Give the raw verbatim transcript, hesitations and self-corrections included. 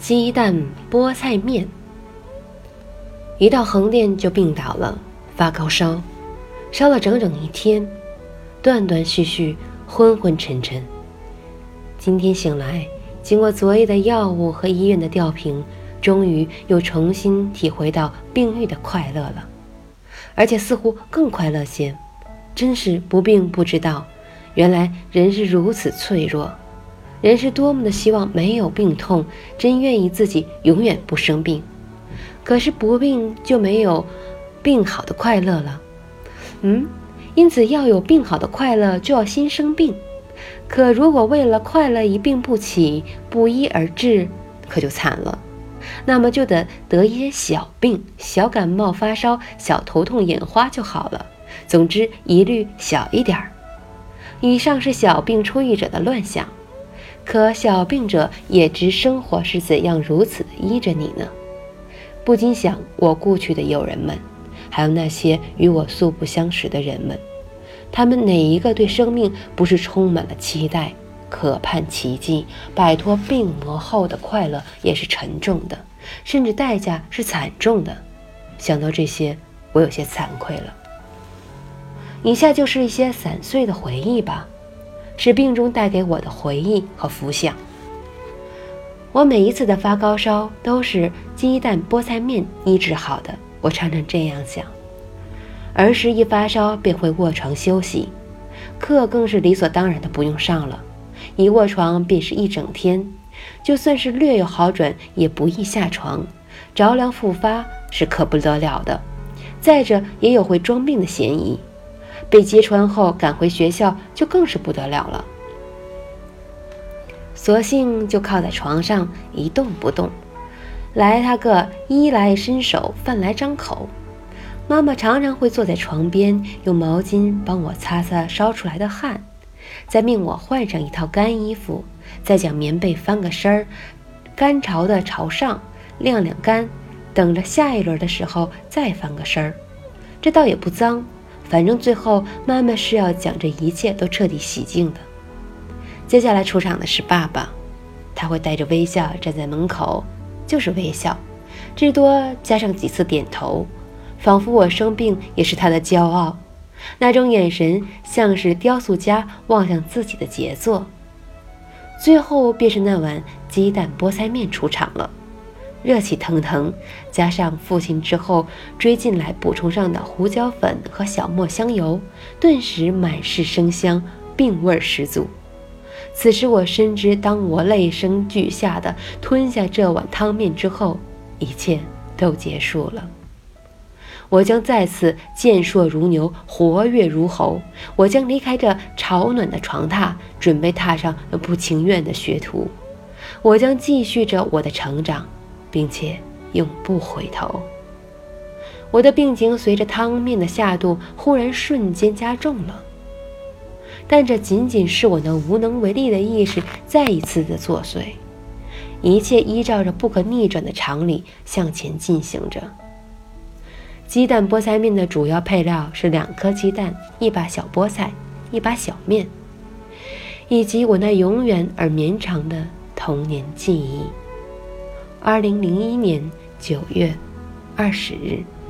鸡蛋菠菜面。一到横店就病倒了，发高烧，烧了整整一天，断断续续，昏昏沉沉。今天醒来，经过昨夜的药物和医院的吊瓶，终于又重新体会到病愈的快乐了，而且似乎更快乐些。真是不病不知道，原来人是如此脆弱，人是多么的希望没有病痛，真愿意自己永远不生病。可是不病就没有病好的快乐了。嗯，因此要有病好的快乐，就要先生病。可如果为了快乐一病不起，不医而治，可就惨了。那么就得得一些小病，小感冒发烧，小头痛眼花就好了。总之一律小一点儿。以上是小病初愈者的乱想，可小病者也知生活是怎样如此的依着你呢？不禁想我故去的友人们，还有那些与我素不相识的人们，他们哪一个对生命不是充满了期待，渴盼奇迹，摆脱病魔后的快乐也是沉重的，甚至代价是惨重的。想到这些，我有些惭愧了。以下就是一些散碎的回忆吧，是病中带给我的回忆和浮想。我每一次的发高烧都是鸡蛋菠菜面医治好的，我常常这样想。儿时一发烧便会卧床休息，课更是理所当然的不用上了，一卧床便是一整天，就算是略有好转也不易下床，着凉复发是可不得了的。再者也有会装病的嫌疑，被揭穿后赶回学校就更是不得了了。索性就靠在床上一动不动，来他个衣来伸手，饭来张口。妈妈常常会坐在床边，用毛巾帮我擦擦烧出来的汗，再命我换上一套干衣服，再将棉被翻个身儿，干潮的朝上晾晾干，等着下一轮的时候再翻个身儿。这倒也不脏，反正最后妈妈是要将这一切都彻底洗净的。接下来出场的是爸爸，他会带着微笑站在门口，就是微笑，至多加上几次点头，仿佛我生病也是他的骄傲。那种眼神像是雕塑家望向自己的杰作。最后便是那碗鸡蛋菠菜面出场了，热气腾腾，加上父亲之后追进来补充上的胡椒粉和小磨香油，顿时满是生香，病味十足。此时我深知，当我泪声俱下的吞下这碗汤面之后，一切都结束了。我将再次健硕如牛，活跃如猴。我将离开这朝暖的床榻，准备踏上不情愿的学途。我将继续着我的成长，并且永不回头。我的病情随着汤面的下肚，忽然瞬间加重了。但这仅仅是我那无能为力的意识再一次的作祟，一切依照着不可逆转的常理向前进行着。鸡蛋菠菜面的主要配料是两颗鸡蛋，一把小菠菜，一把小面，以及我那永远而绵长的童年记忆。二零零一年九月二十日。